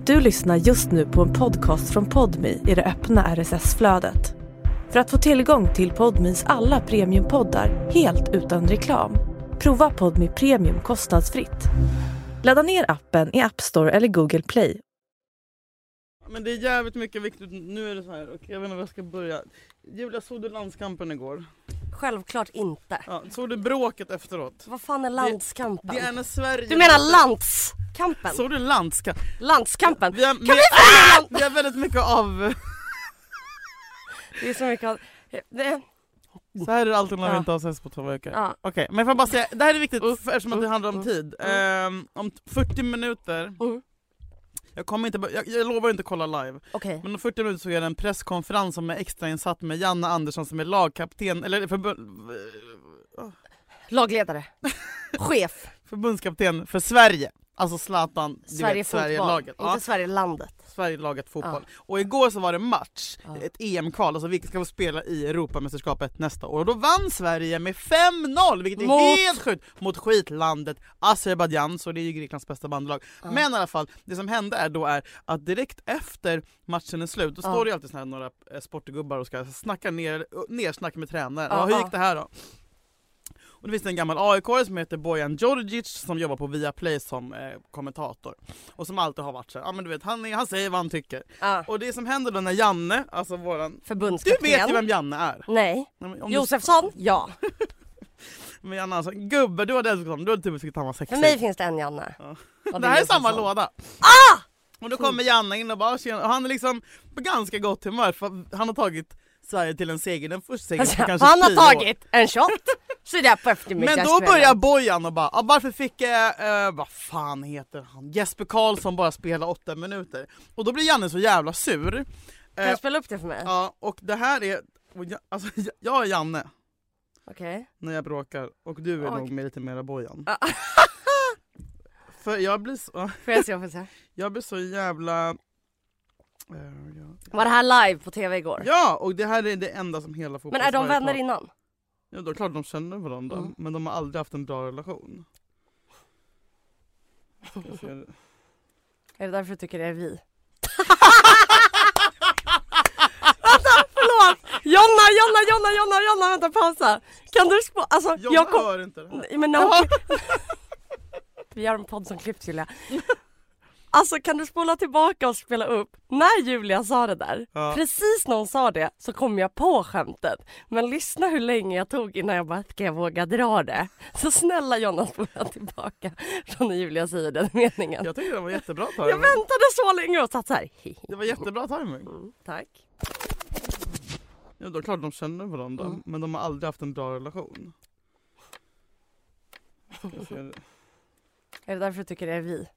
Du lyssnar just nu på en podcast från Podme i det öppna RSS-flödet. För att få tillgång till Podmes alla premiumpoddar helt utan reklam, prova Podme Premium kostnadsfritt. Ladda ner appen i App Store eller Google Play. Men det är jävligt mycket viktigt. Nu är det så här, okej, jag vet inte var jag ska börja. Julia, såg du landskampen igår? Självklart inte. Ja, såg du bråket efteråt? Vad fan är landskampen? Det är när Sverige... Du menar landskampen? Såg du landskampen? Landskampen? Vi har väldigt mycket av... Det är så mycket av... Så här är det alltid när vi inte har ses på 2 veckor. Ja. Okej, men får jag bara säga, det här är viktigt eftersom att det handlar om tid. Om 40 minuter... Jag lovar inte kolla live. Okay. Men om 40 minuter så är det en presskonferens som är extrainsatt med Janne Andersson som är lagkapten eller lagledare. Chef. Förbundskapten för Sverige. Alltså Zlatan, Sverige-laget. Inte Sverige-landet. Sverige-laget fotboll. Ja. Och igår så var det match, ett EM-kval, alltså vi ska få spela i Europamästerskapet nästa år. Och då vann Sverige med 5-0, vilket är helt sjukt, mot skitlandet Azerbaijan, så det är ju Greklands bästa bandlag. Men i alla fall, det som hände är att direkt efter matchen är slut, då står det alltid såna här några sportgubbar och ska snacka nersnack med tränaren. Hur gick det här då? Och det finns en gammal AIK som heter Bojan Djordjic som jobbar på Viaplay som kommentator. Och som alltid har varit så här, ja men du vet, han säger vad han tycker. Och det som händer då när Janne, alltså våran... Förbundskapten. Du vet ju vem Janne är. Nej. Josefsson? Ja. Men Janne alltså, gubbe, du hade typ tyckt han var sexig. För mig finns det en Janne. Ja. Det här är samma låda. Och då kommer Janne in och bara, och han är liksom på ganska gott humör för han har tagit Sverige till en seger, den första segern för kanske han har tagit en shot så där på eftermiddagen. Men då börjar Bojan och bara, varför fick vad fan heter han? Jesper Karlsson bara spela 8 minuter. Och då blir Janne så jävla sur. Kan du spela upp det för mig? Ja, och det här är alltså, jag är Janne. Okej. När jag bråkar och du är nog med lite mera Bojan. För jag blir så... Får jag se? Jag blir så jävla... Var det här live på tv igår? Ja, och det här är det enda som hela fotbollen. Men är de vänner innan? Ja, då är klart de känner varandra. Men de har aldrig haft en bra relation. Är det därför du tycker det är vi? Vänta, förlåt! Jonna, vänta, pausa. Kan du alltså, jag hör inte det här. Men vi gör en podd som klipps, Julia. Alltså kan du spola tillbaka och spela upp när Julia sa det där? Ja. Precis när hon sa det så kom jag på skämtet. Men lyssna hur länge jag tog innan jag bara, ska jag våga dra det? Så snälla Jonna, spola tillbaka från när Julia säger den meningen. Jag tycker det var jättebra timing. Jag väntade så länge och satt så här. Det var jättebra timing. Tack. Ja, då är klart de känner varandra. Men de har aldrig haft en bra relation. Är det därför du tycker det är vi?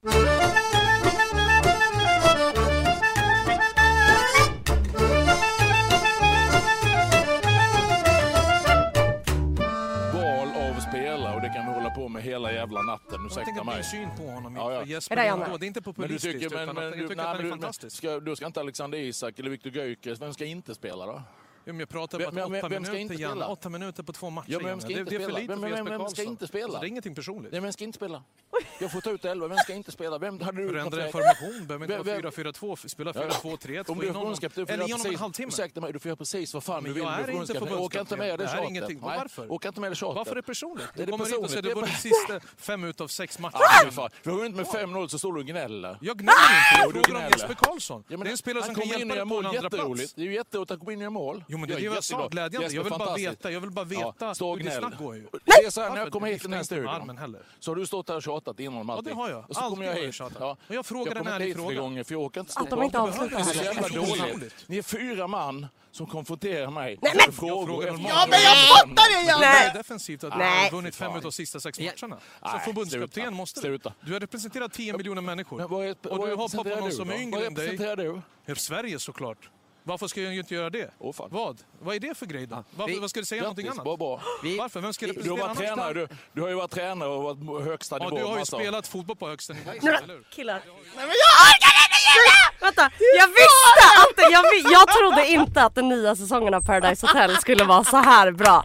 Och det kan vi hålla på med hela jävla natten. Jag tänker min syn på honom. Är det Janne? Det är inte populistiskt, utan jag tycker att han är fantastisk. Då ska inte Alexander Isak eller Viktor Gyökeres, vem ska inte spela då? Ja, men jag pratar om 8 minuter, Janne. 8 minuter på 2 matcher. Ja, men det är för lite för Jesper Karlsson. Vem ska inte spela? Alltså, det är ingenting personligt. Nej, vem ska inte spela? Jag får ta ut 11, vem ska inte spela? Vem hade du förändra information, behöver inte vara 4-4-2, spela 4-2-3-1. Om du är förbundskapten, eller inom en halvtimme. Ursäkta mig, du får göra precis vad fan du vill. Jag är inte förbundskapten. Åka inte med det tjatet. Ingenting. Varför? Åka inte med det tjatet. Varför är det personligt? Det är kommer hit och säger du vunnit sista 5 utav 6 matcher. Vi har vunnit med 5-0 så står du och gnäller. Jag gnäller inte. Jag frågar om Jesper Karlsson. Det är en spelare som kan hjälpa dig på en andra plats. Det är ju jätteroligt att gå in i mål. Jo, men det är jag sa, glädjande. Jag vill bara veta hur det snabbt går ju. Det är så här, när jag kommer hit till den här studion så har du stått här och tjatat innan allting. Ja, det har jag. Och så kommer jag hit. Ja. Och jag frågar den här frågan. För jag åker inte att de inte avslutar det. Det är så jävla dåligt. Ni är 4 man som konfronterar mig. Nej, men frågor. Ja, men jag fattar det, Janne! Det är defensivt att du har vunnit 5 utav sista 6 matcherna. Som förbundskapten måste du. Du har representerat 10 miljoner människor. Och du har pappa någon som är yngre än dig. Vad representerar du? Sverige såklart. Varför ska jag inte göra det? Vad är det för grej då? Vad ska du säga någonting annat? Varför? Vem ska representera annars? Du har ju varit tränare och varit på högsta nivå. Du har ju spelat fotboll på högsta nivå. Killar. Nej, men jag orkar inte! Vänta, jag visste att jag trodde inte att den nya säsongen av Paradise Hotel skulle vara så här bra.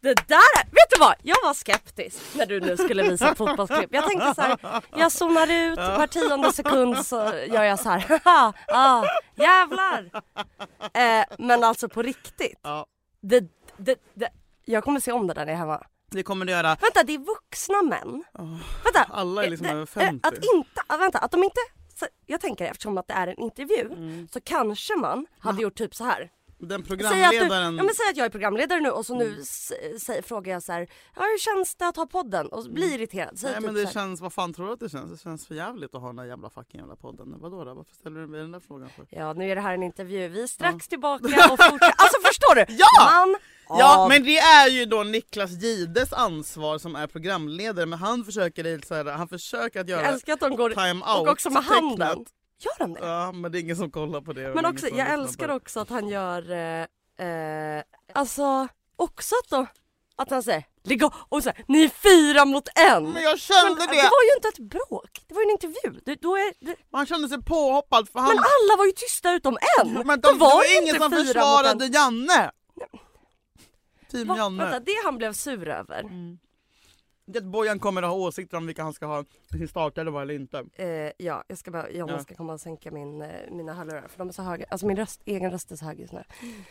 det där, vet du vad? Jag var skeptisk när du nu skulle visa ett fotbollsklipp. Jag tänkte så här, jag zoomar ut var 10:e sekund så gör jag så här, haha, jävlar. Men alltså på riktigt. Ja. Jag kommer se om det där när jag är hemma. Det kommer du göra. Vänta, det är vuxna män. Vänta. Alla är liksom över 50. Att de inte, så jag tänker eftersom att det är en intervju så kanske man hade gjort typ så här. Den programledaren... Säg att jag är programledare nu och så nu frågar jag så här, hur känns det att ha podden? Och blir irriterad. Nej typ men det så känns, vad fan tror du att det känns? Det känns för jävligt att ha den där jävla podden. Vadå då? Varför ställer du mig den där frågan för? Ja, nu är det här en intervju. Vi är strax tillbaka och fortsätter. Alltså förstår du? Ja! Ja, men det är ju då Niklas Gides ansvar som är programledare. Men han försöker att göra jag älskar att de går time-out och också med handen. Gör de det? Ja, men det är ingen som kollar på det. Men också, jag älskar också att han gör alltså också att han säger ligga och så här, ni är 4 mot 1. Men jag kände det. Det var ju inte ett bråk. Det var ju en intervju. Man kände sig påhoppad för han. Men alla var ju tysta utom en. Men det var ingen som försvarade Janne. Team Janne. Vänta, det han blev sur över. Det Bojan kommer att ha åsikter om vilka han ska ha sin startelva eller inte. Ja, jag ska komma och sänka mina hörlurar för de är så höga. Alltså min egen röst är så hög just nu.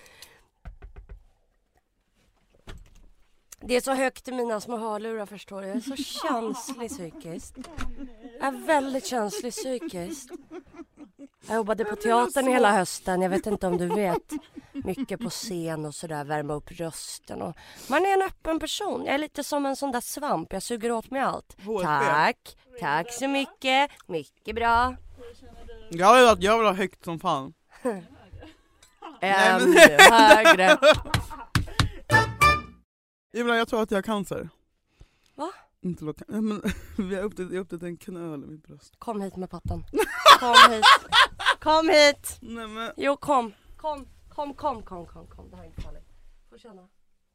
Det är så högt i mina små hörlurar, förstår du. Jag är så känslig psykiskt. Jag är väldigt känslig psykiskt. Jag jobbade på teatern hela hösten. Jag vet inte om du vet. Mycket på scen och sådär. Värma upp rösten. Och man är en öppen person. Jag är lite som en sån där svamp. Jag suger åt mig allt. Tack så mycket. Mycket bra. Jag vill ha högt som fan. Ännu högre. Ibland jag tror att jag har cancer. Va? Inte men vi har upptäckt en knöl i mitt bröst. Kom hit med pappan. Kom hit. Nej, men... Jo, kom. Det här är inte farligt. Får känna.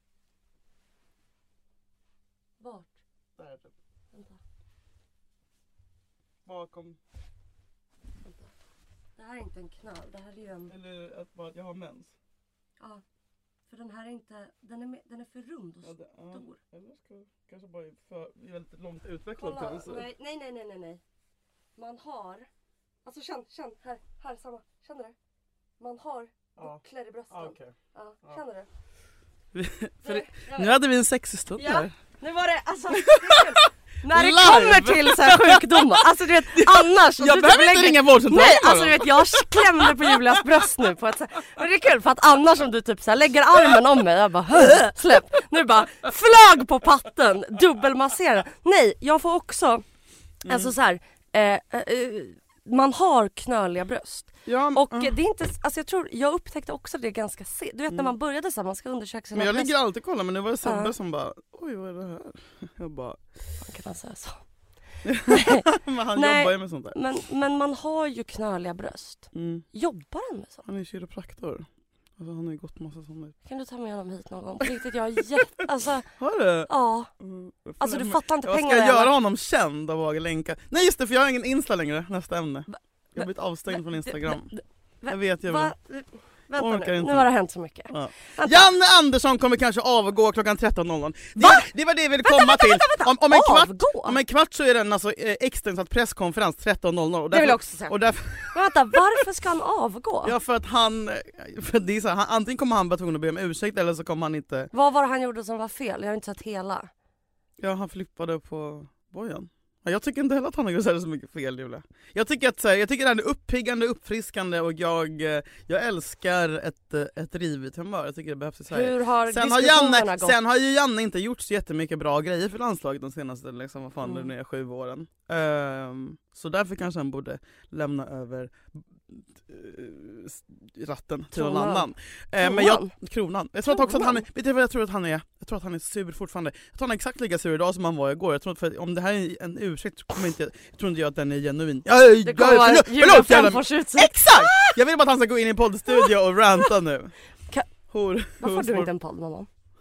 Vart? Där typ. Vänta. Bakom. Vänta. Det här är inte en knöl. Det här är ju en... Eller att jag har mens. Ja. För den här är inte, den är för rund och stor. Eller kanske bara är väldigt långt utvecklad cancer. Nej. Man har, alltså känn, här samma, känner du? Man har bucklar i brösten. Okay. Ja, känner du? Nu hade vi en sexig stund här. Nu var det, alltså, när det kommer till så här sjukdomar, alltså du vet, annars... Jag behöver inte ringa vårdcentralen. Nej, alltså du vet, jag klämde på Julias bröst nu på ett så här, och det är kul för att annars om du typ så här lägger armen om mig, jag bara släpp. Nu bara flag på patten, dubbelmassera. Nej, jag får också, alltså så här, man har knöliga bröst. Ja, och det är inte, alltså jag upptäckte också det ganska sent. Du vet när man började så här, man ska undersöka sina. Men jag ligger alltid och kollar, men nu var det Sebbe som bara, oj vad är det här? Jag bara, man kan säga så. Men han jobbar ju med sånt där. Men man har ju knöliga bröst. Jobbar han med sånt? Han är kiropraktor. Alltså, han har ju gått massa sånt. Kan du ta med honom hit någon gång? På riktigt, jag är alltså... Har du? Ja. Alltså du fattar inte pengarna. Jag ska göra honom känd av våga länka. Nej just det, för jag har ingen Insta längre, nästa ämne. Jag har blivit avstängd från Instagram. Jag vet ju. Vänta nu har det hänt så mycket. Ja. Janne Andersson kommer kanske avgå klockan 13.00. Det var det jag ville komma till. Om en kvart så är den alltså extensatt presskonferens 13.00. Det vill jag också säga. Vänta, varför ska han avgå? Ja, för att det är så här, antingen kommer han vara tvungen att be om ursäkt eller så kommer han inte. Vad var det han gjorde som var fel? Jag har inte sett hela. Ja, han flippade på Bojan. Jag tycker inte heller att han har gjort så mycket fel, Julia. Jag tycker att det är uppiggande, uppfriskande och jag älskar ett rivigt humör. Jag tycker det behövs i Sverige. Hur har diskussionerna gått? Sen har ju Janne inte gjort så jättemycket bra grejer för landslaget de senaste liksom, vad fan det är 7 åren. Så därför kanske han borde lämna över ratten till någon annan. Men kronan. Jag tror också att han är, vet du vad jag tror att han är? Jag tror att han är sur fortfarande. Jag tror han är exakt lika sur idag som han var igår. Jag tror att om det här är en ursäkt så kommer jag tror inte att den är genuin. Det kommer vara Julia Frändfors utsikt. Exakt! Jag vill bara att han ska gå in i poddstudio och ranta nu. Varför du inte en podd, mamma?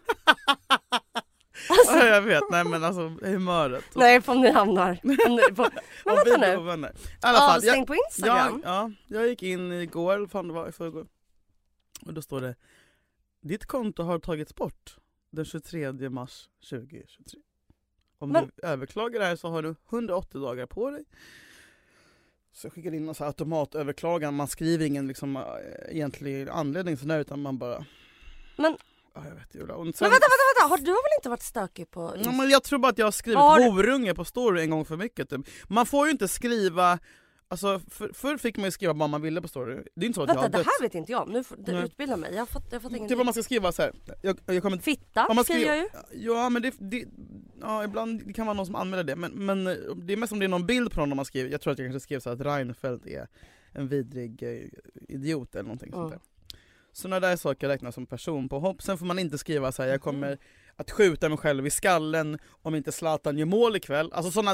Alltså. Jag vet, nej men alltså humöret. Nej, om ni hamnar. Men vänta nu. Avstäng på Instagram. Ja, jag gick in igår, fan det var i förrgår. Och då står det: ditt konto har tagits bort. den 23 mars 2023. Om du överklagar det här så har du 180 dagar på dig. Så jag skickar in en så automatöverklagan. Man skriver ingen liksom, egentlig anledning sådär, utan man bara... Men... Ja, jag vet, Julia. Men vänta. Har du väl inte varit stökig på... Ja, men jag tror bara att jag har skrivit horunge på story en gång för mycket. Typ. Man får ju inte skriva... Alltså, förr fick man ju skriva vad man ville på story. Det är inte så att vänta, det här vet inte jag. Nu utbilda mig. Jag fattar ingenting. Typ vad man ska skriva så här. Jag kommer... Fitta skriver jag ju. Ja, men ja, ibland det kan vara någon som anmäler det. Men det är mest om det är någon bild på någon man skriver. Jag tror att jag kanske skrev så att Reinfeldt är en vidrig idiot eller någonting sånt där. Sådana där saker räknas som person på hopp. Sen får man inte skriva så här: jag kommer att skjuta mig själv i skallen om inte Zlatan gör mål ikväll. Alltså sådana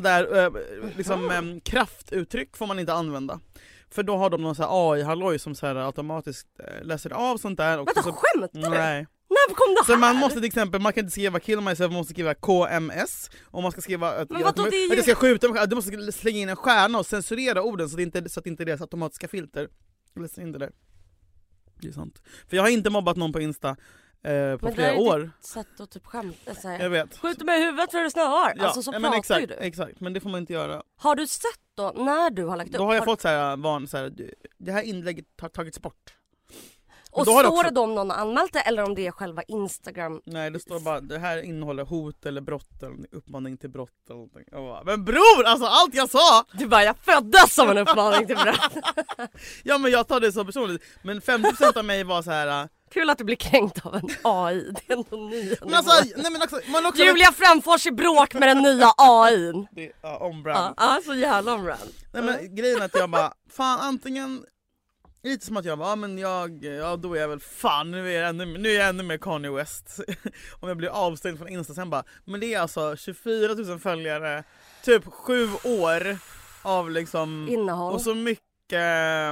där kraftuttryck får man inte använda. För då har de någon så här AI-halloj som så här automatiskt läser av sånt där. Och vänta, skämtar du? Nej. När kom det här? Så man måste till exempel, man kan inte skriva kill myself, man måste skriva KMS. Om man ska skriva att jag ska skjuta mig själv, du måste slänga in en stjärna och censurera orden så att inte deras automatiska filter läser in det där. Det är sant. För jag har inte mobbat någon på Insta på flera år. Men det sätt att typ skämta sig. Jag vet. Skjuter mig i huvudet för det snöar. Ja, alltså så pratar exakt, ju du. Exakt, men det får man inte göra. Har du sett då, när du har lagt upp? Då har jag fått så här, det här inlägget har tagits bort. Och står det då om någon har anmält det eller om det är själva Instagram? Nej, det står bara det här innehåller hot eller brott eller uppmaning till brott eller någonting. Jag bara, men bror, alltså allt jag sa! Du bara, jag föddes som en uppmaning till brott. Ja, men jag tar det så personligt. Men 50% av mig var så här. Kul att du blir kränkt av en AI. Det är ändå ny. Men alltså, nej, men också Julia Frändfors i bråk med den nya AI:n. Det är on-brand. Ja, så jävla on-brand. Nej, men grejen är att jag bara, fan antingen lite som att jag bara, men då är jag väl fan, nu är jag ännu mer Kanye West. Om jag blir avstängd från Insta sen bara, men det är alltså 24 000 följare, typ 7 år av liksom innehåll. Och så mycket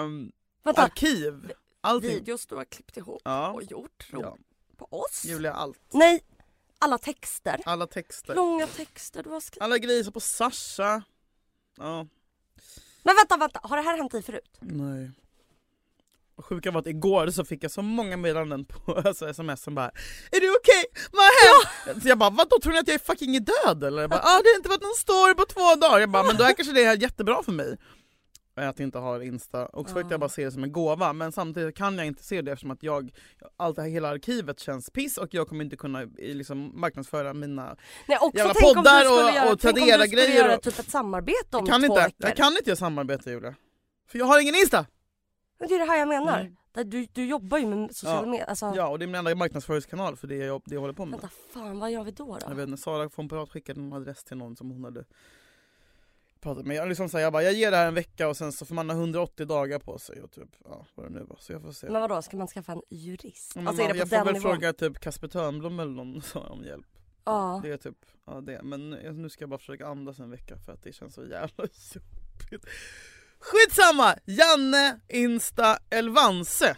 arkiv. Allting. Videos du har klippt ihop och gjort på oss. Julia, allt. Nej, alla texter. Långa texter du har skrivit. Alla grejer på Sasha. Ja. Men vänta, har det här hänt dig förut? Nej. Och sjuka var att igår så fick jag så många meddelanden på sms som bara, är du okej? Vad har hänt? Så jag bara, vadå, tror ni att jag är fucking död? Eller jag bara, det har inte varit någon story på 2 dagar. Jag bara, men då är kanske det är jättebra för mig att inte ha Insta. Och så fick jag bara se det som en gåva. Men samtidigt kan jag inte se det eftersom att allt det här hela arkivet känns piss. Och jag kommer inte kunna liksom marknadsföra mina jävla poddar och Tradera grejer. Tänk göra typ ett samarbete om 2 veckor. Jag kan inte göra samarbete, Julia. För jag har ingen Insta. Men det är det här jag menar. Du jobbar ju med sociala medier. Alltså... Ja, och det är min enda marknadsföringskanal för det jag håller på med. Vänta, fan, vad gör vi då? Jag vet inte, Sara från Pirat skickade en adress till någon som hon hade pratat med. Jag liksom säger, jag ger det här en vecka och sen så får man ha 180 dagar på sig och typ, vad det nu var. Så jag får se. Men vadå, ska man skaffa en jurist? Ja, alltså, är det på jag får väl fråga typ Kasper Törnblom eller någon om hjälp. Ja. Det är typ, det. Men nu ska jag bara försöka andas en vecka för att det känns så jävla jobbigt. Skitsamma! Janne, Insta, Elvanse.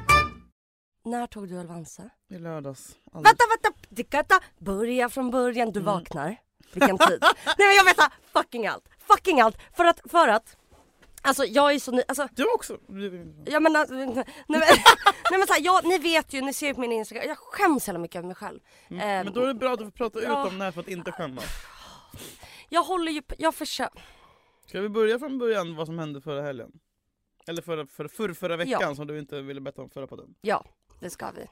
När tog du Elvanse? I lördags. Vänta! Börja från början, du vaknar. Vilken tid? Nej, men jag vet fucking allt. För att alltså jag är så ny, alltså du också. Ja men nej men så här, ni vet ju, ni ser på min Instagram, jag skäms hela mycket över mig själv. Men då är det bra att du får prata ut om det här för att inte skämmas. Jag försöker. Ska vi börja från början vad som hände förra helgen? Eller förra veckan som du inte ville berätta om förra podden? Ja, det ska vi.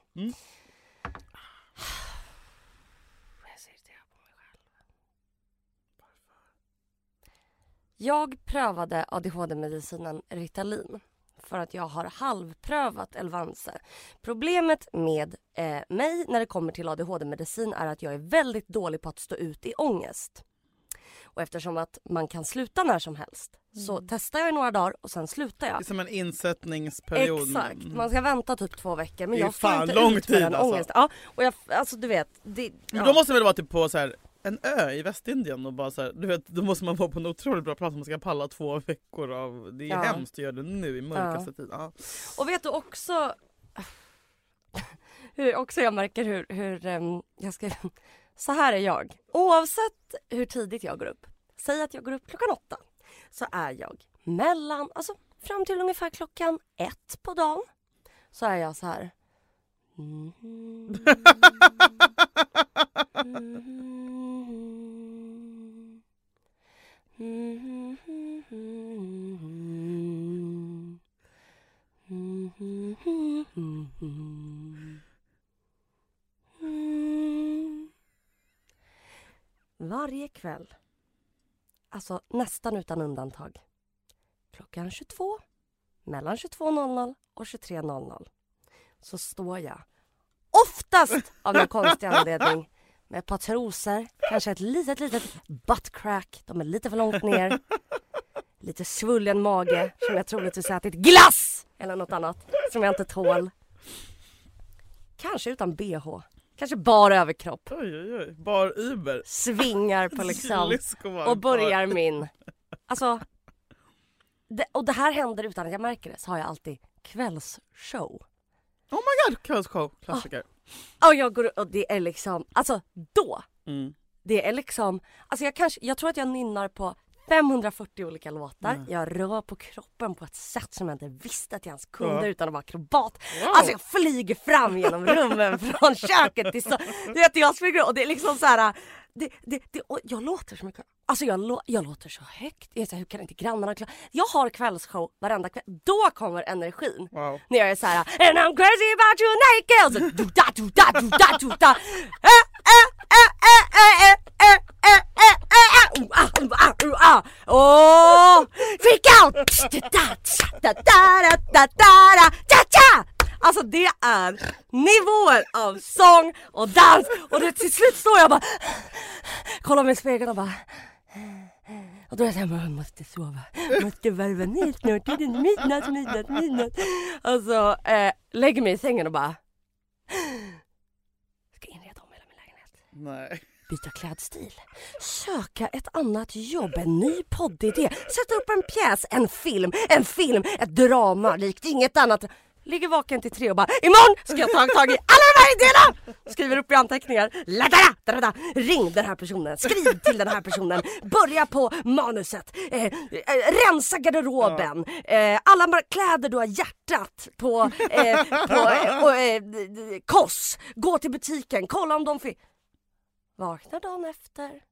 Jag ser det på mig själv. Varför? Jag prövade ADHD-medicinen Ritalin för att jag har halvprövat Elvanse. Problemet med mig när det kommer till ADHD-medicin är att jag är väldigt dålig på att stå ut i ångest. Och eftersom att man kan sluta när som helst så testar jag i några dagar och sen slutar jag. Det är som en insättningsperiod. Exakt, man ska vänta typ 2 veckor. Men det är jag får inte lång ut tid den ångest. Ja, och alltså du vet. Men då måste det väl vara typ på så här en ö i Västindien och bara så här, du vet, då måste man vara på en otroligt bra plats. Man ska palla 2 veckor av, det är hemskt att göra det nu i mörkaste tid. Ja. Och vet du också hur jag märker hur jag ska, så här är jag. Oavsett hur tidigt jag går upp, säg att jag går upp klockan 8, så är jag fram till ungefär klockan 1 på dagen så är jag så här: Varje kväll, alltså nästan utan undantag, klockan 22, mellan 22.00 och 23.00 så står jag oftast av någon konstig anledning med ett par trosor, kanske ett litet buttcrack, de är lite för långt ner, lite svullen mage som jag troligtvis ätit glass eller något annat som jag inte tål. Kanske utan BH. Kanske bara överkropp. Oj. Bar Uber. Svingar på liksom. Och börjar min. Alltså. Och det här händer utan att jag märker det. Så har jag alltid kvällsshow. Oh my god, kvällsshow. Klassiker. Och jag går och det är liksom. Alltså då. Det är liksom. Alltså jag tror att jag nynnar på 540 olika låtar. Jag rör på kroppen på ett sätt som jag inte visste att jag ens kunde utan att vara akrobat. Wow. Alltså jag flyger fram genom rummen från köket till så. Du vet jag springer och det är liksom så här. Och jag låter så mycket. Alltså jag låter så högt. Jag säger hur kan inte grannarna klara? Jag har kvällsshow varenda kväll. Då kommer energin. Wow. När jag är så här and I'm crazy about you naked. Och så du-da. Freak out! Alltså det är nivåer av sång och dans. Och det till slut står jag bara kollar mig i spegeln och bara. Och då är jag såhär, man måste sova. Måste varva ner snart. Det är midnatt. Alltså lägger mig i sängen och bara ska inreda om hela min lägenhet. Nej. Byta klädstil, söka ett annat jobb, en ny poddidé, sätta upp en pjäs, en film, ett drama likt inget annat. Ligger vaken till 3 och bara, imorgon ska jag ta tag i alla de här idéerna! Skriver upp i anteckningar, ring den här personen, skriv till den här personen, börja på manuset, rensa garderoben, alla kläder du har hjärtat på koss, gå till butiken, kolla om de vaknar dagen efter.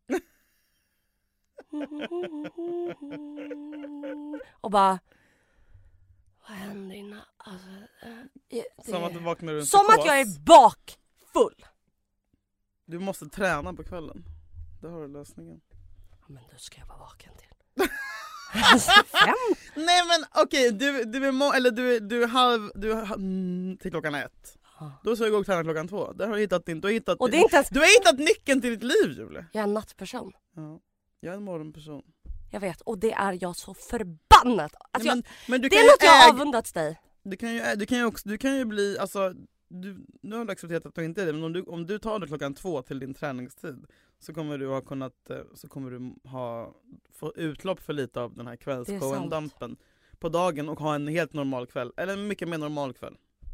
Och bara vad händer innan? Alltså, som att du vaknar runt som att jag är bakfull. Du måste träna på kvällen. Det har du lösningen. Men då ska jag vara vaken till. Alltså, 5? Nej men okej, du är halv till klockan 1. Då ska jag gå och träna klockan 2. Där har du hittat din. Du har hittat nyckeln till ditt liv, Julia. Jag är en nattperson. Ja. Jag är en morgonperson. Jag vet, och det är jag så förbannat. Alltså, nej, men det är något jag har avundats dig. Du kan ju bli, alltså nu har du accepterat att du inte är det, men om du tar det klockan 2 till din träningstid så kommer du få utlopp för lite av den här kvällsshowen-dampen på dagen och ha en helt normal kväll, eller en mycket mer normal kväll.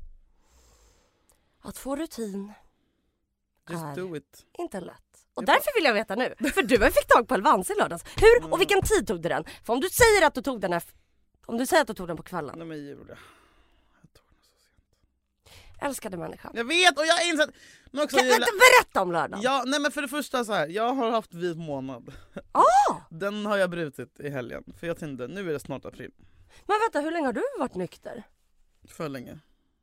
Att få rutin Just do it. Inte lätt. Och därför vill jag veta nu. För du fick tag på Elvans i lördags. Hur och vilken tid tog du den? För om du säger att du tog den om du säger att du tog den på kvällen. Nej men Julia. Jag tog den så sent. Älskade människan. Jag vet och jag har insett. Men också, kan du inte berätta om lördagen? Ja, nej men för det första så här. Jag har haft vit månad. Den har jag brutit i helgen. För jag tänkte, nu är det snart april. Men vänta, hur länge har du varit nykter? För länge.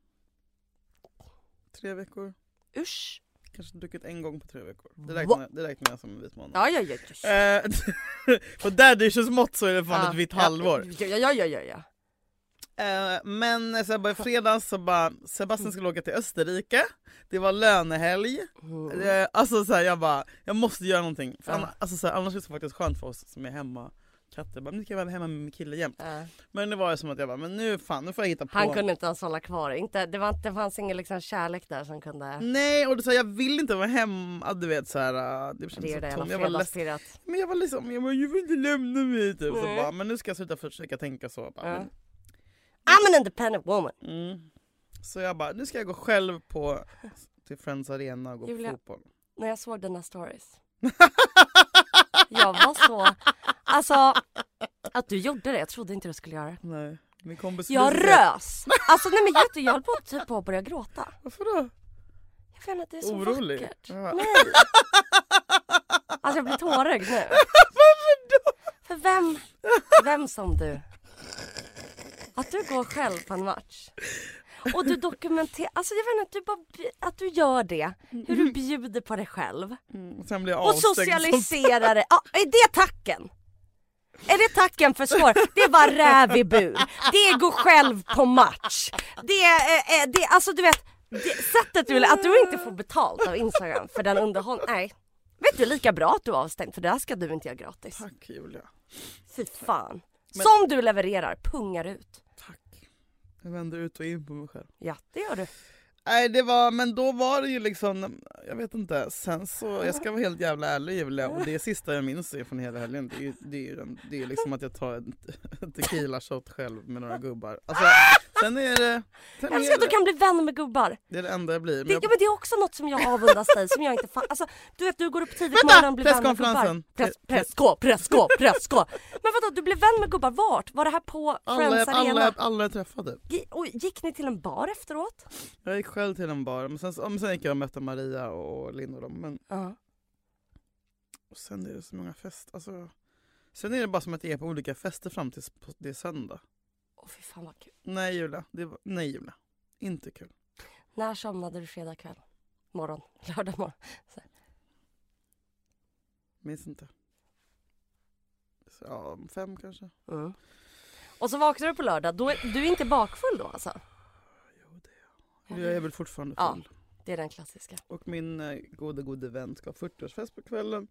3 veckor. Usch. Kanske druckit en gång på 3 veckor. Det räknar jag som en vit månad. Ja. På Daddy's mått så är det fan ett vitt halvår. Ja. Men så bara fredags så bara Sebastian skulle åka till Österrike. Det var lönehelg. Alltså så här, jag måste göra någonting. För alltså, så här, annars är det faktiskt skönt för oss som är hemma. Katter bara, nu kan jag vara hemma med min kille jämt. Men det var ju som att jag bara, men nu får jag hitta på. Han kunde inte ens hålla kvar. Det fanns ingen liksom kärlek där som kunde. Nej, och det så här, jag vill inte vara hemma, du vet så här. Det känns så tom. Jag var liksom, jag vill inte lämna mig typ. Så bara, men nu ska jag sluta försöka tänka så bara. I'm an independent woman. Så jag bara, nu ska jag gå själv till Friends Arena och gå på fotboll. När jag såg dina stories. Jag var så... Alltså, att du gjorde det. Jag trodde inte du skulle göra det. Nej, min kompis... Jag rös. Alltså, nej men jag höll på att börja gråta. Varför då? Jag vet att det är så orolig. Vackert. Ja. Nej. Alltså jag blir tårögd nu. För vem som du? Att du går själv på en match. Och du dokumenterar, alltså jag vet inte, att du gör det. Hur du bjuder på dig själv. Sen blir jag och socialiserar det. Ja, är det tacken? Är det tacken för skår? Det var räv i bur. Det är gå själv på match. Det alltså du vet, sättet du att du inte får betalt av Instagram för den underhållning. Nej. Vet du, lika bra att du är avstängd, för det här ska du inte göra gratis. Tack Julia. Fy fan. Som du levererar, pungar ut. Tack. Jag vänder ut och in på mig själv. Ja, det gör du. Nej, men då var det ju liksom, jag vet inte, sen så, jag ska vara helt jävla ärlig Julia, och det sista jag minns från hela helgen, det är liksom att jag tar en tequila shot själv med några gubbar. Alltså, sen är det... Jag älskar att du kan bli vän med gubbar. Det är det enda jag blir. Men det är också något som jag avundas dig, som jag inte alltså, du vet, du går upp tidigt på morgonen och blir vän med gubbar. Pressko. Men vadå, du blev vän med gubbar vart? Var det här på Friends Arena? Alla jag träffade. Och gick ni till en bar efteråt? Jag gick själv till en bar, men sen gick jag och mötte Maria och Linn och dem. Men... Och sen är det så många fester. Alltså... Sen är det bara som att jag är på olika fester fram till det är söndag. Fy fan vad kul. Nej Julia, inte kul. När somnade du fredag kväll? Lördag morgon. Minns inte. Så, 5 kanske. Och så vaknar du på lördag. Du är inte bakfull då alltså? Jo, det är jag. Jag är väl fortfarande full. Ja, det är den klassiska. Och min gode vän ska ha 40-årsfest på kvällen.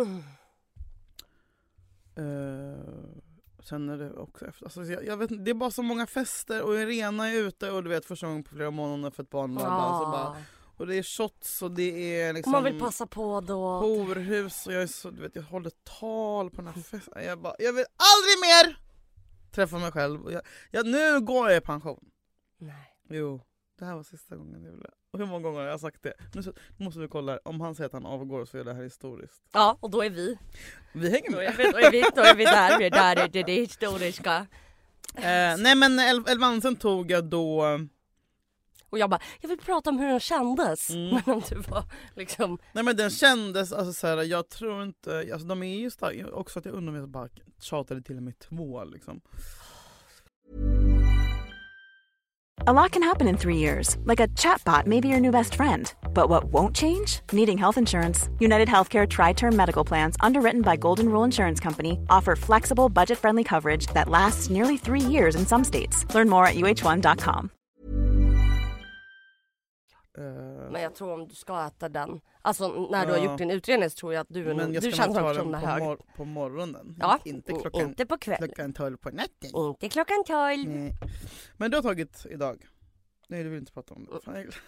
Sen är det också efter. Alltså, jag vet inte, det är bara så många fester och Irena är ute och du vet första gången på flera månader för ett barn. Och det är shots och det är liksom... Och man vill passa på då. Horhus och jag är så, du vet, jag håller tal på den här festen. Jag vill aldrig mer träffa mig själv. Och nu går jag i pension. Nej. Jo, det här var sista gången. Och hur många gånger har jag sagt det? Nu måste vi kolla. Om han säger att han avgår så är det här historiskt. Ja, och då är vi. Vi hänger med. Då är vi där. Vi är där, det historiska. Nej men Elvansen tog jag då... Och jag bara, jag vill prata om hur den kändes. Men om du var liksom... Nej men den kändes, alltså såhär, jag tror inte... Alltså de är ju starka. Också att jag undrar om jag bara tjatade till och med 2 liksom. A lot can happen in 3 years, like a chatbot may be your new best friend. But what won't change? Needing health insurance. United Healthcare Tri-Term Medical Plans, underwritten by Golden Rule Insurance Company, offer flexible, budget-friendly coverage that lasts nearly 3 years in some states. Learn more at uh1.com. Men jag tror om du ska äta den, alltså när du har gjort din utredning så tror jag att du känns som en hög. På morgonen. Ja, inte på kvällen. Klockan 12 på natten. Inte klockan 12. Nej. Men du har tagit idag. Nej, du vill inte prata om det.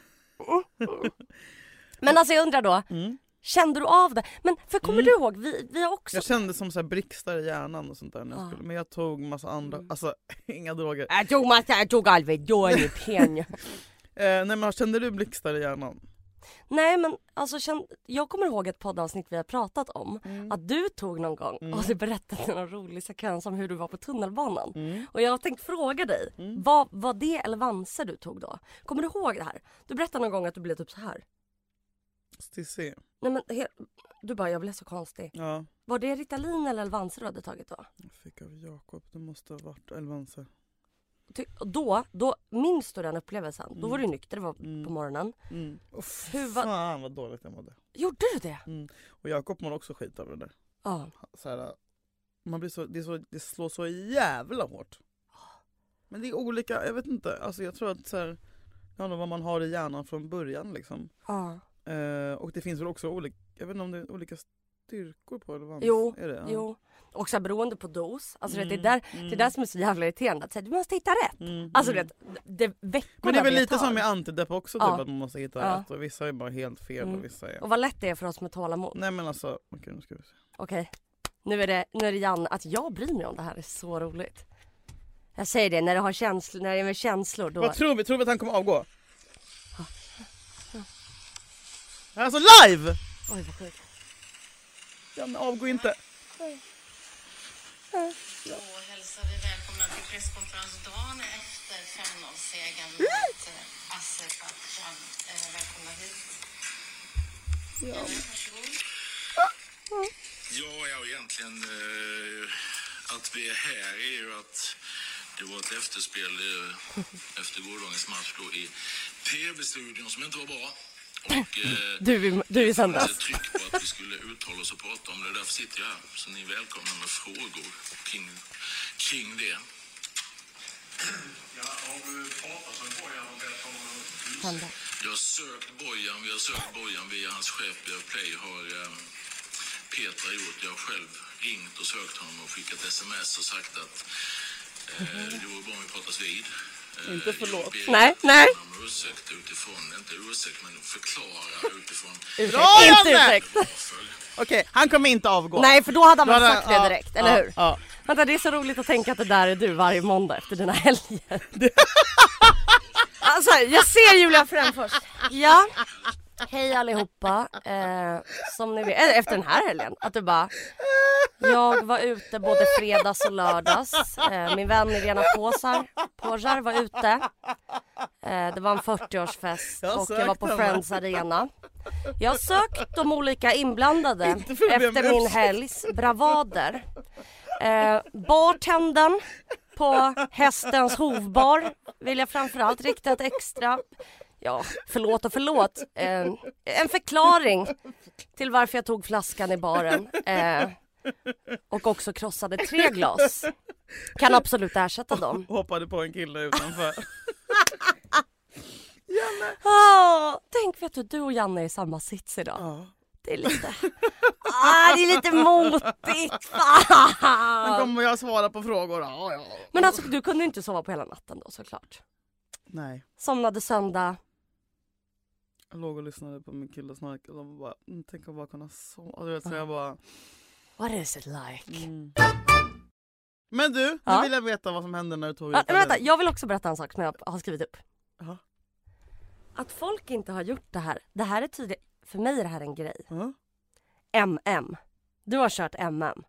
Men alltså jag undrar då, kände du av det? Men för kommer du ihåg, vi har också... Jag kände som så här brickstar i hjärnan och sånt där när jag skulle. Men jag tog massa andra, alltså inga droger. Jag tog Alvedon i penja. Nej men kände du blixtar i hjärnan? Nej men alltså jag kommer ihåg ett poddavsnitt vi har pratat om att du tog någon gång och du berättade en rolig sekvens om hur du var på tunnelbanan. Och jag har tänkt fråga dig, vad det eller Vanse du tog då? Kommer du ihåg det här? Du berättade någon gång att du blev typ så här. Stissé. Nej men du bara, jag blev så konstig. Ja. Var det Ritalin eller Elvanse du hade tagit då? Jag fick av Jakob, det måste ha varit Elvanse. Då minns du den upplevelsen. Då var du nykter, det var på morgonen. Fan vad dåligt jag mådde. Gjorde du det? Och Jakob mår också skit av det där. Ja. Så här, man blir det slår så jävla hårt. Men det är olika, jag vet inte. Alltså jag tror att så här, vad man har i hjärnan från början liksom. Ja. Och det finns väl också olika, jag vet inte om det är olika styrkor på eller vad. Jo, är det? Ja. jo. Också beroende på dos. Alltså det är där som är så jävla irriterande. Att säga, du måste hitta rätt. Alltså det veckorna. Men det är väl lite som med antidepp också, typ, att man måste hitta rätt. Och vissa är bara helt fel och vissa är... Och vad lätt det är för oss med tålamod. Nej men alltså, okej, nu ska vi se. Okej. Nu är det Jan, att jag bryr mig om det här är så roligt. Jag säger det, när det har känslor, när det är med känslor då... Vad tror vi? Tror vi att han kommer avgå? Alltså live! Oj vad sjukt. Ja men avgå inte. Då hälsar vi välkomna till presskonferens dagen efter 5-0-segern mot Azerbaijan. Välkomna hit Ja, egentligen att vi är här är ju att det var ett efterspel efter gårdagens match då i TV-studion som inte var bra. Och du är sändas. Tryck på att vi skulle uttala oss och prata om det. Därför sitter jag här. Så ni är välkomna med frågor kring det. Ja, har du pratat med Bojan om det? Jag har sökt Bojan. Vi har sökt Bojan via hans chef via Play. Har Petra gjort. Jag har själv ringt och sökt honom och skickat sms och sagt att det var bra om vi pratas vid. Inte förlåt. Nej. Ursäkt utifrån, inte ursäkt men förklara utifrån. Inte ursäkt. Okej, han kommer inte avgå. Nej, för då hade han väl sagt det direkt, eller hur? Ja. Vänta, det är så roligt att tänka att det där är du varje måndag efter dina helger. Alltså, jag ser Julia Frän först. Ja. Hej allihopa. Som ni vet, efter den här helgen, att du bara... Jag var ute både fredags och lördags. Min vän Irena Påsar var ute. Det var en 40-årsfest och jag var på Friends Arena. Jag har sökt de olika inblandade efter min helgs bravader. Bartendern på Hästens hovbar vill jag framförallt rikta ett extra... Ja, förlåt. En förklaring till varför jag tog flaskan i baren. Och också krossade 3 glas. Kan absolut ersätta dem. Hoppade på en kille utanför. Janne. Tänk, vet du och Janne är i samma sits idag. Det är lite motigt. Men kommer jag svara på frågor? Ja. Men alltså, du kunde inte sova på hela natten då, såklart. Nej. Somnade söndag. Jag låg och lyssnade på min kille snark och de bara, tänk att bara kunna sova. Du vet, så jag bara... What is it like? Men du vill jag veta vad som hände när du tog ut vänta, jag vill också berätta en sak som jag har skrivit upp. Aha. Att folk inte har gjort det här. Det här är tydligt. För mig är det här en grej. MM. Du har kört MM.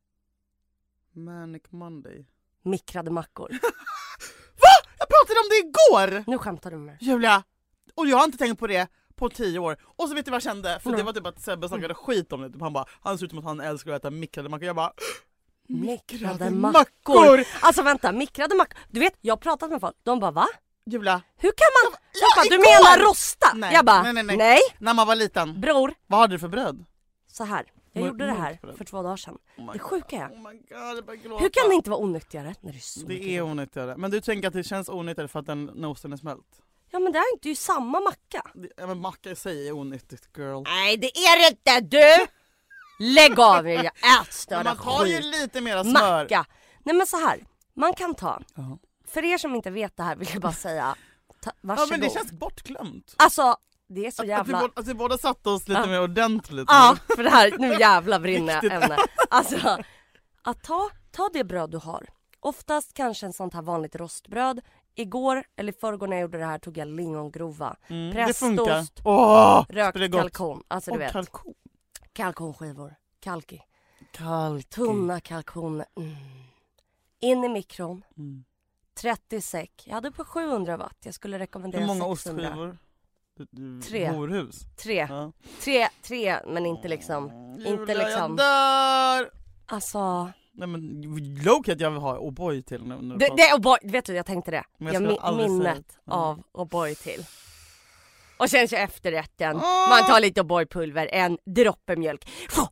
Manic Monday. Mikrade mackor. Va? Jag pratade om det igår! Nu skämtar du med mig. Julia, och jag har inte tänkt på det på 10 år. Och så vet du vad jag kände? För det var typ att Sebbe snackade skit om det. Han ser ut som att han älskar att äta mikrade mackor. Jag bara... Mikrade mackor! Alltså vänta, mikrade mackor. Du vet, jag har pratat med folk. De bara, va? Julia. Hur kan man... du menar rosta? Nej. Jag bara, nej. När man var liten. Bror. Vad hade du för bröd? Så här. Jag gjorde det här för 2 dagar sedan. Det sjuka är. God, hur kan det inte vara onyttigare när det är så det är onyttigare. Men du tänker att det känns onyttigare för att den nosen är smält? Ja, men det är inte ju samma macka. Men macka i sig är onyttigt, girl. Nej, det är det inte, du! Lägg av er, jag ätstörda man tar skit. ju lite mera smör. Macka. Nej, men så här. Man kan ta. För er som inte vet det här vill jag bara säga. Varsågod. Ja, men det känns bortglömt. Alltså, det är så jävla... Att vi båda satt oss lite mer ordentligt. Ja, för det här, nu jävla brinner ämne. Alltså, att ta det bröd du har. Oftast kanske en sånt här vanligt rostbröd. Igår, eller förrgår när jag gjorde det här, tog jag lingongrova. Prästost, rökt kalkon. Alltså du vet. Kalkon. Kalkonskivor. Kalki. Tunna kalkoner. In i mikron. 30 säck. Jag hade på 700 watt. Jag skulle rekommendera 600. Hur många ostskivor? 3. Horhus. 3. Ja. 3, men inte liksom. Inte liksom. Jag dör! Alltså... Nej men lowkey att jag vill ha O'boy till nu. Det O'boy, vet du, jag tänkte det. Jag minnet av O'boy till. Och sen så efterrätten. Man tar lite O'boy-pulver, en droppe mjölk.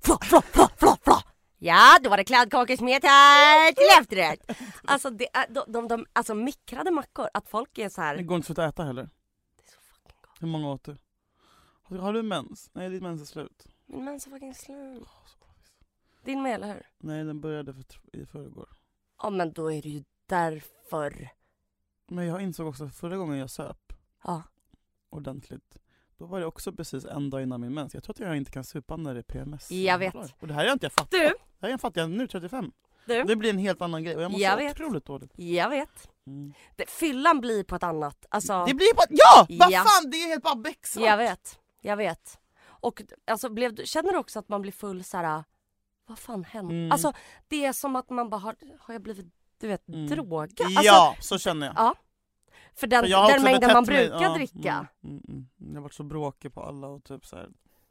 Flå. Ja, då var det kladdkakesmet här till efterrätt. Alltså det är de alltså mikrade mackor, att folk är så här. Det går inte för att äta heller. Det är så fucking gott. Hur många åt du? Har du mens? Nej, din mens är slut. Min mens är fucking slut. Din med, eller hur? Nej, den började i förrgår. Ja, men då är det ju därför. Men jag insåg också förra gången jag söp. Ja. Ordentligt. Då var det också precis en dag innan min mens. Jag tror att jag inte kan supa när det är PMS. Jag vet. Och det här är inte jag fattat. Du? Det här är jag fattat nu 35. Du? Det blir en helt annan grej. Och jag måste otroligt dåligt. Jag vet. Fyllan blir på ett annat. Alltså... Det blir på ett... Ja! Vad fan, det är helt bara becksvart. Jag vet. Och alltså, känner du också att man blir full så här... Vad fan händer? Alltså, det är som att man bara har jag blivit, du vet, drogad. Alltså, ja, så känner jag. Ja. För den mängden man brukar dricka. Jag har varit så bråkig på alla och typ så här.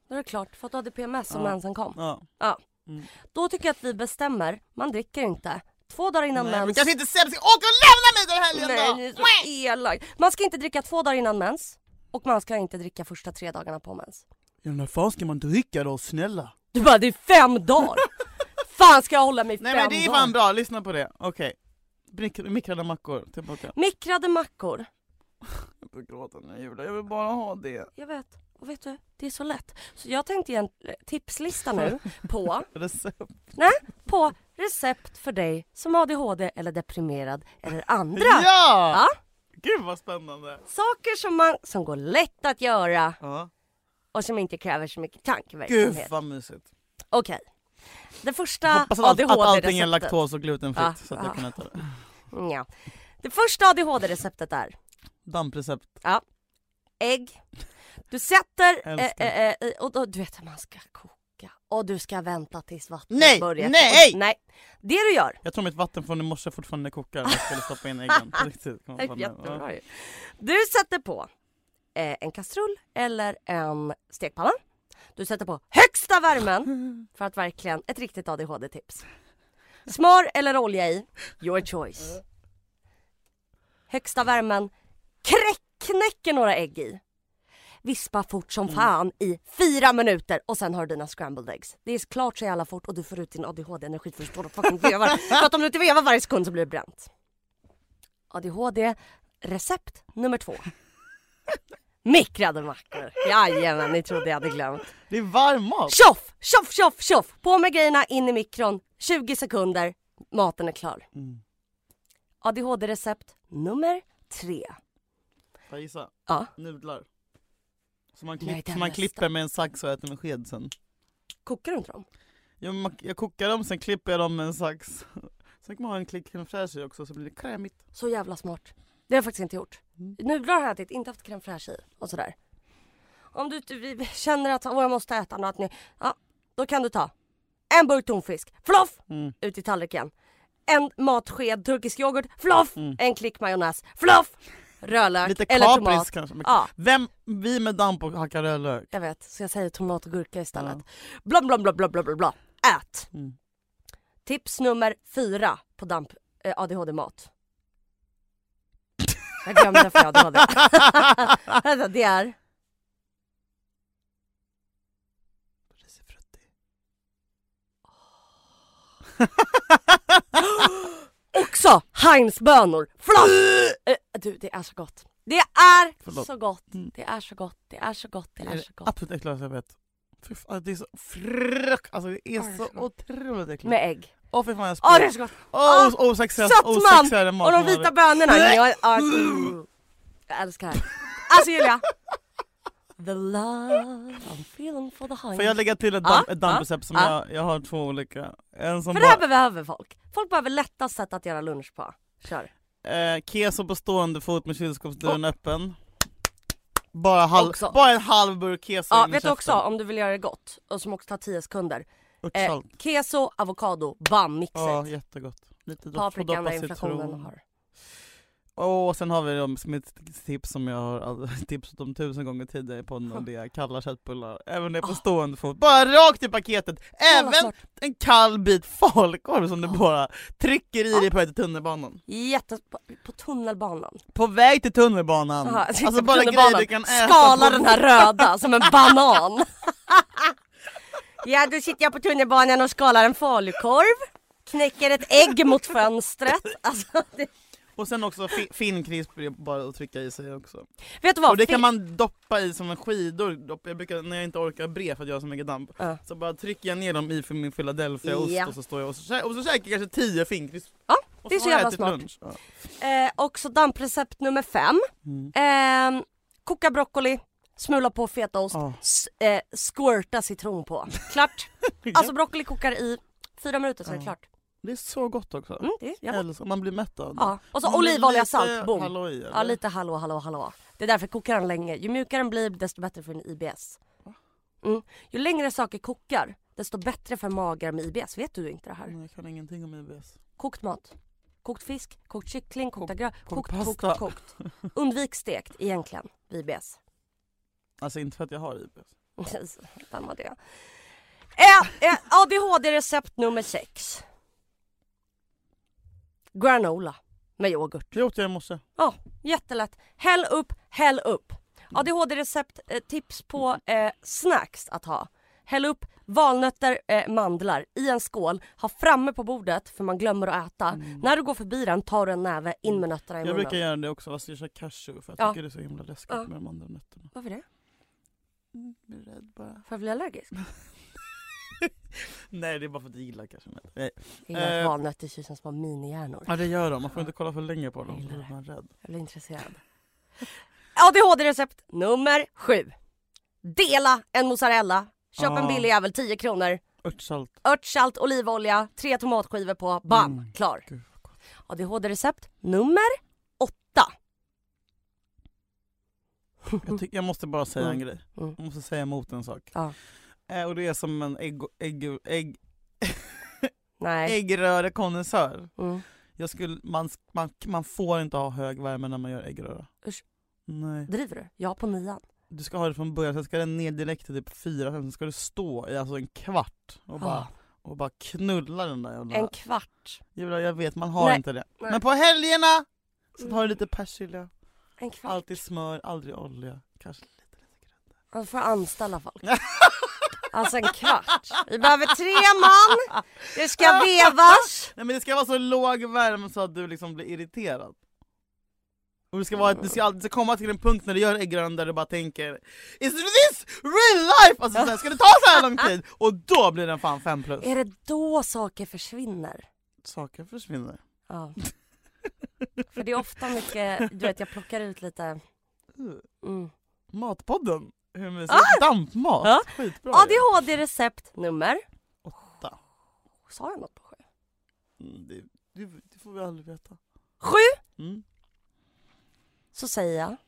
Då är det klart. För att du hade PMS och mensen kom. Ja. Då tycker jag att vi bestämmer. Man dricker inte. 2 dagar innan mens. Men kanske inte Seb ska åka och lämna mig den helgen då! Nej, så elak. Man ska inte dricka 2 dagar innan mens. Och man ska inte dricka första 3 dagarna på mens. Ja, när fan ska man dricka då, snälla? Du bara, det är 5 dagar. Fan ska jag hålla mig 5 dagar? Nej men det är fan bra, lyssna på det. Okej. Mikrade mackor tillbaka. Mikrade mackor. Jag får gråta nu, Julia. Jag vill bara ha det. Jag vet. Och vet du, det är så lätt. Så jag tänkte ge en tipslista nu på recept. Nej, på recept för dig som ADHD eller deprimerad eller andra. Ja! Gud vad spännande. Saker som går lätt att göra. Ja. Och som inte kräver så mycket tankeverksamhet. Gud vad mysigt. Okej. Det första hoppas ADHD-receptet. att allting är laktos och glutenfritt så att jag kan äta det. Ja. Det första ADHD-receptet är damprecept. Ja. Ägg. Du sätter och då, du vet att man ska koka och du ska vänta tills vattnet börjar. Nej. Det du gör. Jag tror mitt vatten från i morse fortfarande kokar när jag skulle stoppa in äggen. Jättebra. Du sätter på en kastrull eller en stekpanna. Du sätter på högsta värmen för att verkligen ett riktigt ADHD-tips. Smör eller olja i, your choice. Högsta värmen, knäcker några ägg i. Vispa fort som fan i 4 minuter och sen har du dina scrambled eggs. Det är klart så jävla fort och du får ut din ADHD-energi för att stå och fucking vevar. För att om du inte vevar varje sekund så blir det bränt. ADHD-recept nummer 2. Mikrade mackor. Jajamän, ni trodde jag hade glömt. Det är varm mat. Tjoff. På med grejerna, in i mikron. 20 sekunder, maten är klar. ADHD-recept nummer 3. Får jag gissa? Ja. Nudlar. Så man klipper med en sax och äter med sked sen. Kokar du inte dem? Jag kokar dem, sen klipper jag dem med en sax. Sen kan man ha en klick crème fraîche i också så blir det krämigt. Så jävla smart. Det har jag faktiskt inte gjort. Nudlar har jag ätit, inte haft crème fraîche i och sådär. Om du känner att jag måste äta något, då kan du ta en burk tonfisk, floff, ut i tallriken. En matsked turkisk yoghurt, floff, en klick majonnäs, floff, rödlök lite eller kapris, tomat. Kanske. Ja. Vi med damp och hackar rödlök. Jag vet, så jag säger tomat och gurka istället. Bla bla bla bla bla bla bla. Ät. Tips nummer 4 på damp ADHD-mat. Jag glömde för ADHD. Det är också Heinz-bönor. Du, det är så gott. Det är så gott. Det är så gott. Det är så gott. Det är så gott. Absolut äckligast jag vet. Det är så alltså det är så otroligt äckligt. Med ägg. Fy fan jag spår. Det är så gott. Sötman! Och de vita bönorna. Jag älskar det. Alltså Julia. The love I'm feeling for the high. Får jag lägga till ett damprecept som jag har 2 olika. En som för det här behöver folk. Folk behöver lättast sätt att göra lunch på. Kör. Keso på stående fot med kylskåpsdörren öppen. Bara en halv burk keso. Ja, vet du också om du vill göra det gott och som också tar 10 sekunder. Keso, avokado, mixet. Ja, jättegott. Lite paprikan där inflationen har. Och sen har vi som ett tips som jag har tipsat om 1000 gånger tidigare på podden, och det är kalla köttbullar. Även det på stående fot. Bara rakt i paketet. Även en kall bit falukorv som du bara trycker i dig på väg till tunnelbanan. På tunnelbanan. På väg till tunnelbanan. Alltså bara grejer du kan äta. Skala den här röda som en banan. Ja, då sitter jag på tunnelbanan och skalar en falukorv. Knäcker ett ägg mot fönstret. Alltså och sen också finkrisp bara att trycka i sig också. Vet du vad? Och det kan man doppa i som en skidor. Jag brukar, när jag inte orkar bre för att göra så mycket damp, så bara trycker jag ner dem i för min Philadelphia-ost och så står jag och så käkar jag kanske 10 finkrisp. Ja, det är så jävla smart. Också damprecept nummer 5. Koka broccoli, smula på fetaost, squirta citron på. Klart. Alltså broccoli kokar i 4 minuter så är det klart. Det är så gott också. Man blir mätt av det. Ja. Och så olivolja, salt, boom. Halloj, ja, lite hallå. Det är därför kokar den länge. Ju mjukare den blir, desto bättre för en IBS. Ju längre saker kokar, desto bättre för magar med IBS. Vet du inte det här? Nej, jag kan ingenting om IBS. Kokt mat. Kokt fisk, kokt kyckling, kokt pasta. Undvik stekt egentligen vid IBS. Alltså inte för att jag har IBS. Vem var det? ADHD-recept nummer 6. Granola med yoghurt. Det åt jag i morse. Ja, jättelätt. Häll upp. ADHD-recept, tips på snacks att ha. Häll upp valnötter, mandlar i en skål. Ha framme på bordet för man glömmer att äta. När du går förbi den tar du en näve in med nötterna i munnen. Jag brukar göra det också, fast jag kör cashew för jag tycker det är så himla läskigt med de andra nötterna. Varför det? Jag blir rädd bara. För jag blir allergisk? Nej, det är bara för att jag gillar cashewnötter. Jag gillar att valnötter ser ut som små minihjärnor. Ja, det gör de. Man får inte kolla för länge på dem. Då blir man rädd. Jag blir intresserad. ADHD-recept nummer 7. Dela en mozzarella. Köp en billig jävel, 10 kronor. Örtsalt, olivolja, 3 tomatskivor på. Bam, klar. Gud, ADHD-recept nummer 8. Jag måste bara säga en grej. Jag måste säga emot en sak. Ja. Och det är som en Nej. äggrörekondensör. Man får inte ha hög värme när man gör äggröra. Usch. Nej. Driver du? Jag på 9. Du ska ha det från början, sen ska den ner direkt till typ 4, sen ska du stå i alltså en kvart och bara knulla den där jävla. En kvart? Jag vet, man har inte det. Nej. Men på helgerna så har du lite persilja. En kvart? Alltid smör, aldrig olja. Kanske lite grädde. Man får anställa folk. Alltså en kvart. Vi behöver 3 man. Det ska vevas. Nej, men det ska vara så låg värme så att du liksom blir irriterad. Och det ska komma till en punkt när du gör äggröran där du bara tänker, is this real life? Alltså så ska det ta så här lång tid? Och då blir den fan 5+. Är det då saker försvinner? Saker försvinner? Ja. För det är ofta mycket, du vet jag plockar ut lite Matpodden. Hur mysigt? Dampmat. Ja. Skitbra. ADHD-recept nummer 8. Sa jag något på 7? Det får vi aldrig veta. 7? Så säger jag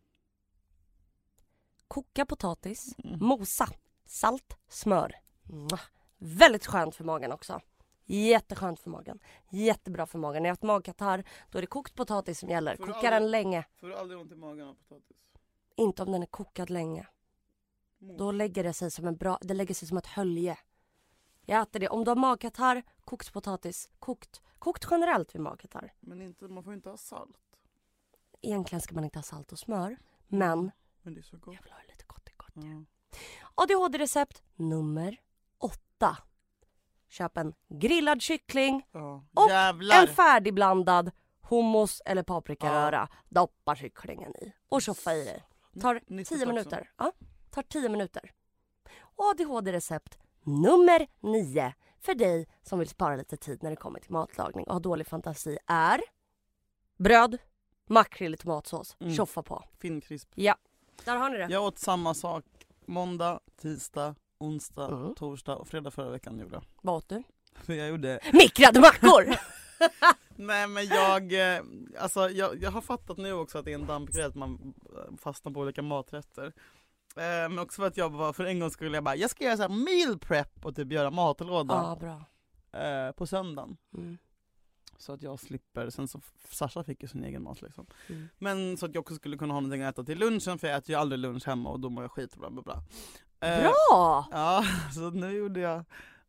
koka potatis, mosa, salt, smör. Väldigt skönt för magen också. Jätteskönt för magen. Jättebra för magen. När jag har haft magkatarr, då är det kokt potatis som gäller. Koka den länge. Får du aldrig ont i magen av potatis? Inte om den är kokad länge. Då lägger det sig som det lägger sig som ett hölje. Jag äter det. Om du har magkatarr, kokt potatis. Kokt generellt vid magkatarr. Men man får inte ha salt. Egentligen ska man inte ha salt och smör. Men det är så gott. Jag vill ha lite gott. ADHD-recept nummer 8. Köp en grillad kyckling och en färdigblandad hummus eller paprikaröra. Doppa kycklingen i och tjoffa i det. Tar 10 minuter. Ja, tar 10 minuter. ADHD-recept nummer 9 för dig som vill spara lite tid när det kommer till matlagning och har dålig fantasi är bröd, makrill i tomatsås. Tjoffa på. Finkrisp. Ja, där har ni det. Jag åt samma sak måndag, tisdag, onsdag, torsdag och fredag förra veckan gjorde jag. Vad åt du? För jag gjorde mikrade mackor! Nej, men jag har fattat nu också att det är en dampgrej att man fastnar på olika maträtter. Men också för att jag för en gång skulle jag ska göra så här meal prep och typ göra matlåda bra. På söndagen. Så att jag slipper, sen så Sasha fick ju sin egen mat liksom. Men så att jag också skulle kunna ha någonting att äta till lunchen, för jag äter ju aldrig lunch hemma och då mår jag skit bla. Bra! Ja, så nu gjorde jag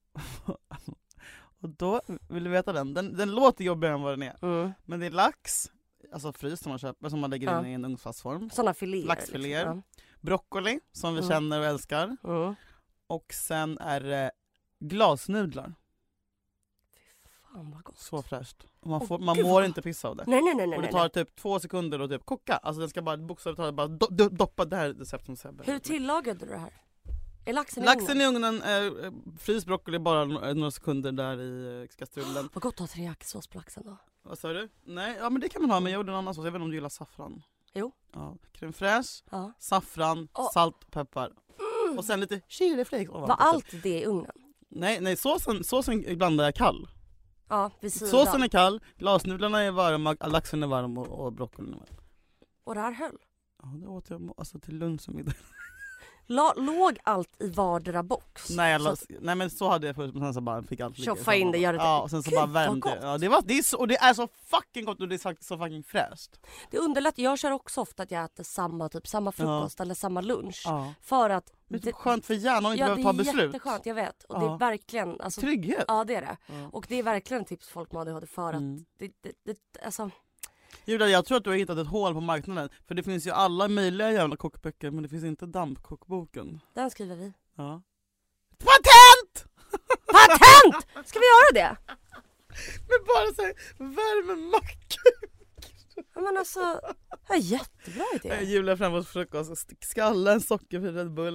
och då vill du veta den låter jobbigare än vad den är. Men det är lax, alltså fryst som man köper, som man lägger in i en ugnsfast form. Såna filéer. Laxfiléer. Liksom. Broccoli som vi känner och älskar. Och sen är det glasnudlar. Fan vad gott. Så fräscht. Man mår inte pissa av det. Nej. Och det tar typ 2 sekunder att typ koka. Alltså den ska bara bokstavligt bara doppa det här receptet som Hur tillagade du det här? Är laxen i ugnen? Frys broccoli bara några sekunder där i kastrullen. Vad gott att ha teriyakisås på laxen då. Vad sa du? Nej, ja men det kan man ha, men jag gjorde en annan sås. Jag vet inte om du gillar saffran. Jo. Ja, crème fraîche, saffran, salt, peppar. Och sen lite chiliflakes. Var allt det i ugnen? Nej, såsen blandar jag kall. Ja, vid sidan. Såsen är kall, glasnudlarna är varma, laxen är varm och broccolin är varm. Och det här höll? Ja, det åt jag alltså till lunch och middag. Låg allt i vardera box? Nej men så hade jag först, men sen så bara fick allt ligga. Tjoffa in det, gör det. Ja, och sen så bara värmde. Ja, det är så fucking gott och det är så fucking fräscht. Det underlättar. Jag kör också ofta att jag äter samma frukost eller samma lunch. För att det är skönt för hjärnan att inte behöva ta beslut. Ja, det är jätteskönt, jag vet. Och det är verkligen... Alltså, trygghet. Ja, det är det. Och det är verkligen tips för folk med ADHD för att alltså... Julia, jag tror att du har hittat ett hål på marknaden. För det finns ju alla möjliga jävla kokböcker, men det finns inte dampkokboken. Den skriver vi. Ja. Patent! Patent! Ska vi göra det? Men bara så här, värmemacka. Ja, men alltså, det är jättebra idé. Julia framåt frukost, skalla en sockerfri Red Bull.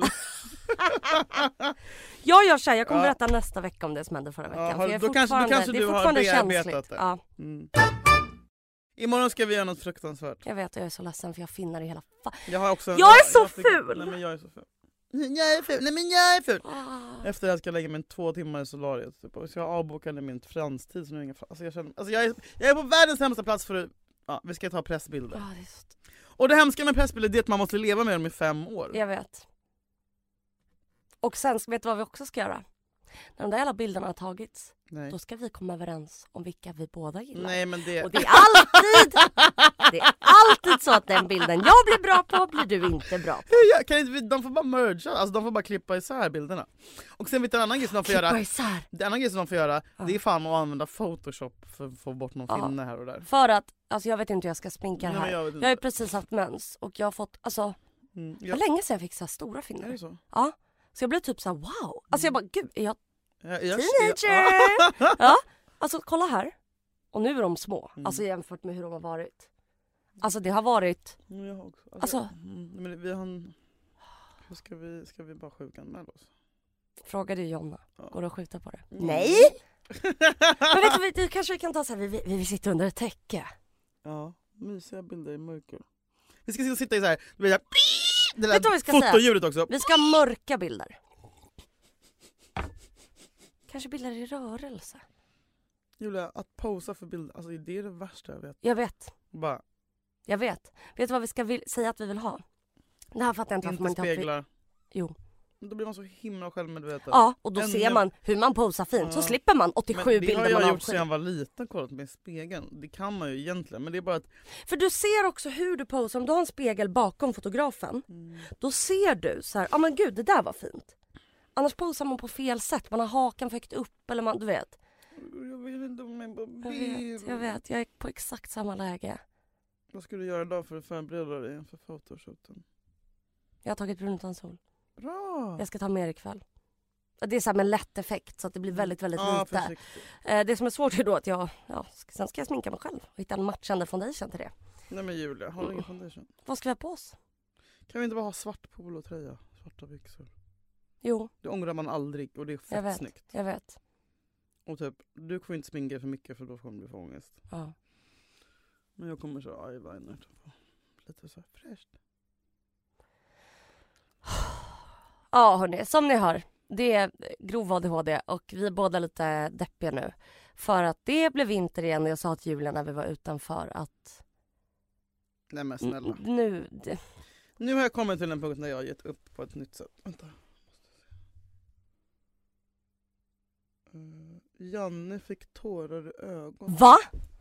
Jag gör så här, jag kommer berätta nästa vecka om det som hände förra veckan. Ja, för jag då kanske du har bearbetat det. Ja. Imorgon ska vi göra något fruktansvärt. Jag vet, jag är så ledsen för jag finner i hela jag är så ful! Nej men jag är så ful. Jag är ful. Efter det här ska jag lägga mig 2 timmar i solariet typ. Och så jag avbokade min franstid så nu är inga jag är på världens sämsta plats för att vi ska ta pressbilder. Och det hemska med pressbilder är att man måste leva med dem i 5 år. Jag vet. Och sen vet du vad vi också ska göra? När de där alla bilderna har tagits, då ska vi komma överens om vilka vi båda gillar. Nej, men det... Och det är alltid så att den bilden jag blir bra på blir du inte bra på. De får bara merge, alltså de får bara klippa isär bilderna. Och sen vet du en annan grej som de får göra. Det andra grej som de får göra, det är fan att använda Photoshop för att få bort någon finne här och där. För att, alltså jag vet inte hur jag ska sminka det här. Jag har ju precis haft mens och jag har fått, alltså, det var länge sedan jag fick så här stora finnar. Är det så? Ja. Så jag blev typ så här, wow. Alltså jag bara, gud, är jag teenager? Ja, alltså kolla här. Och nu är de små, alltså jämfört med hur de har varit. Alltså det har varit... Jag har också. Alltså... Men vi har... Ska vi bara sjukanmäla oss? Frågade Jonna. Går det att skjuta på det? Nej! Men vet du, kanske vi kan ta så här, vi sitter under ett täcke. Ja, mysiga bilder i mörker. Vi ska sitta i så här... Det vet du vad vi ska fotoljudet också. Vi ska ha mörka bilder. Kanske bilder i rörelse. Julia, att posa för bilder, alltså det är det värsta jag vet. Jag vet. Bara. Jag vet. Vet du vad vi ska säga att vi vill ha? Det här fattar jag inte varför man inte speglar. Jo. Då blir man så himla självmedveten. Ja, och då ser man hur man posar fint. Så slipper man 87 bilder man har. Det har jag gjort sedan sedan jag var liten, kollat med spegeln. Det kan man ju egentligen, men det är bara att... För du ser också hur du posar. Om du har en spegel bakom fotografen, då ser du så här, men gud, det där var fint. Annars posar man på fel sätt. Man har hakan för högt upp, eller man, du vet. Jag vet inte om jag Jag vet, jag är på exakt samma läge. Vad ska du göra idag för att förbereda dig inför fotoshooten? Jag har tagit bruntonsol. Bra! Jag ska ta mer ikväll. Det är så här med lätt effekt så att det blir väldigt, väldigt lite. Det som är svårt är då att sen ska jag sminka mig själv och hitta en matchande foundation till det. Nej men Julia, har du ingen foundation? Vad ska vi ha på oss? Kan vi inte bara ha svart polotröja, svarta byxor? Jo. Det ångrar man aldrig och det är fett snyggt. Jag vet. Och typ, du kommer inte sminka för mycket för då kommer du få ångest. Ja. Men jag kommer så eyeliner typ. Lite så fräscht. Ja hörni, som ni hör, det är grov ADHD och vi är båda lite deppiga nu. För att det blev vinter igen och jag sa till Julia när vi var utanför att... Nej men snälla. Nu har jag kommit till en punkt när jag har gett upp på ett nytt sätt. Vänta. Janne fick tårar i ögonen. Va?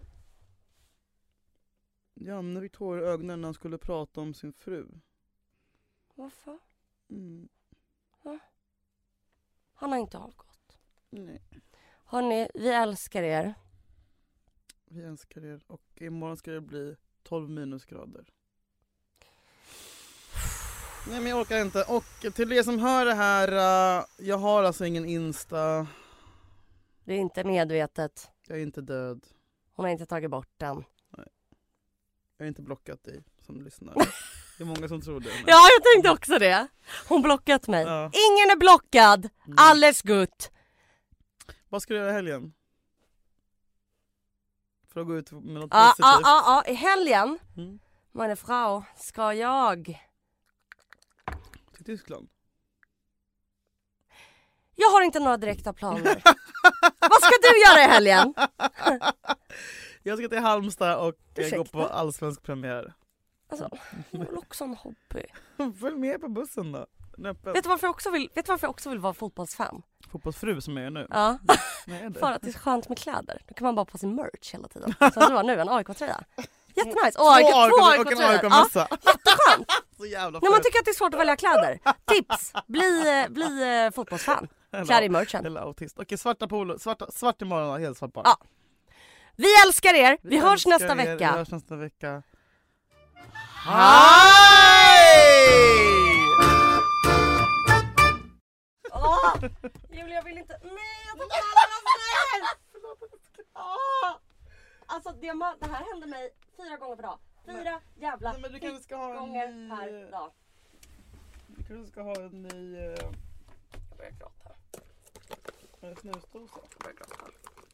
Janne fick tårar i ögonen när han skulle prata om sin fru. Varför? Va? Han har inte avgått. Nej. Hörrni, vi älskar er. Vi älskar er och imorgon ska det bli 12 minusgrader. Nej men jag orkar inte. Och till er som hör det här, jag har alltså ingen Insta. Det är inte medvetet. Jag är inte död. Hon har inte tagit bort den. Nej. Jag har inte blockat dig som lyssnar. Det är många som tror det. Men... Ja, jag tänkte också det. Hon blockat mig. Ja. Ingen är blockad. Alles gott. Vad ska du göra i helgen? För att gå ut med något positivt. Ja. I helgen, meine Frau, ska jag... Till Tyskland? Jag har inte några direkta planer. Vad ska du göra i helgen? Jag ska till Halmstad och gå på allsvensk premiär. Alltså, det är också en hobby. Följ med på bussen då. Vet du varför jag också vill vara fotbollsfan? Fotbollsfru som jag är nu? Ja. För att det är skönt med kläder. Då kan man bara på sin merch hela tiden. Så du har nu en AIK-tröja. Jättenice. Två AIK-tröjor. AIK-mössa. Jätteskönt. Så jävla När man tycker att det är svårt att välja kläder. Tips. Bli fotbollsfan. Klär i merchen. Eller autist. Okej, svarta polo. Svart imorgon, helt svart bara. Ja. Vi älskar er. Vi hörs nästa vecka. Vi hörs nästa vecka. Hej! Julia, jag vill inte. Nej, jag tar alla Alltså det här händer mig 4 gånger per dag. 4 jävla men du kanske ska ha gånger per dag. Du kanske ska ha en ny... Jag börjar gråta. Snusdosa. Jag börjar gråta.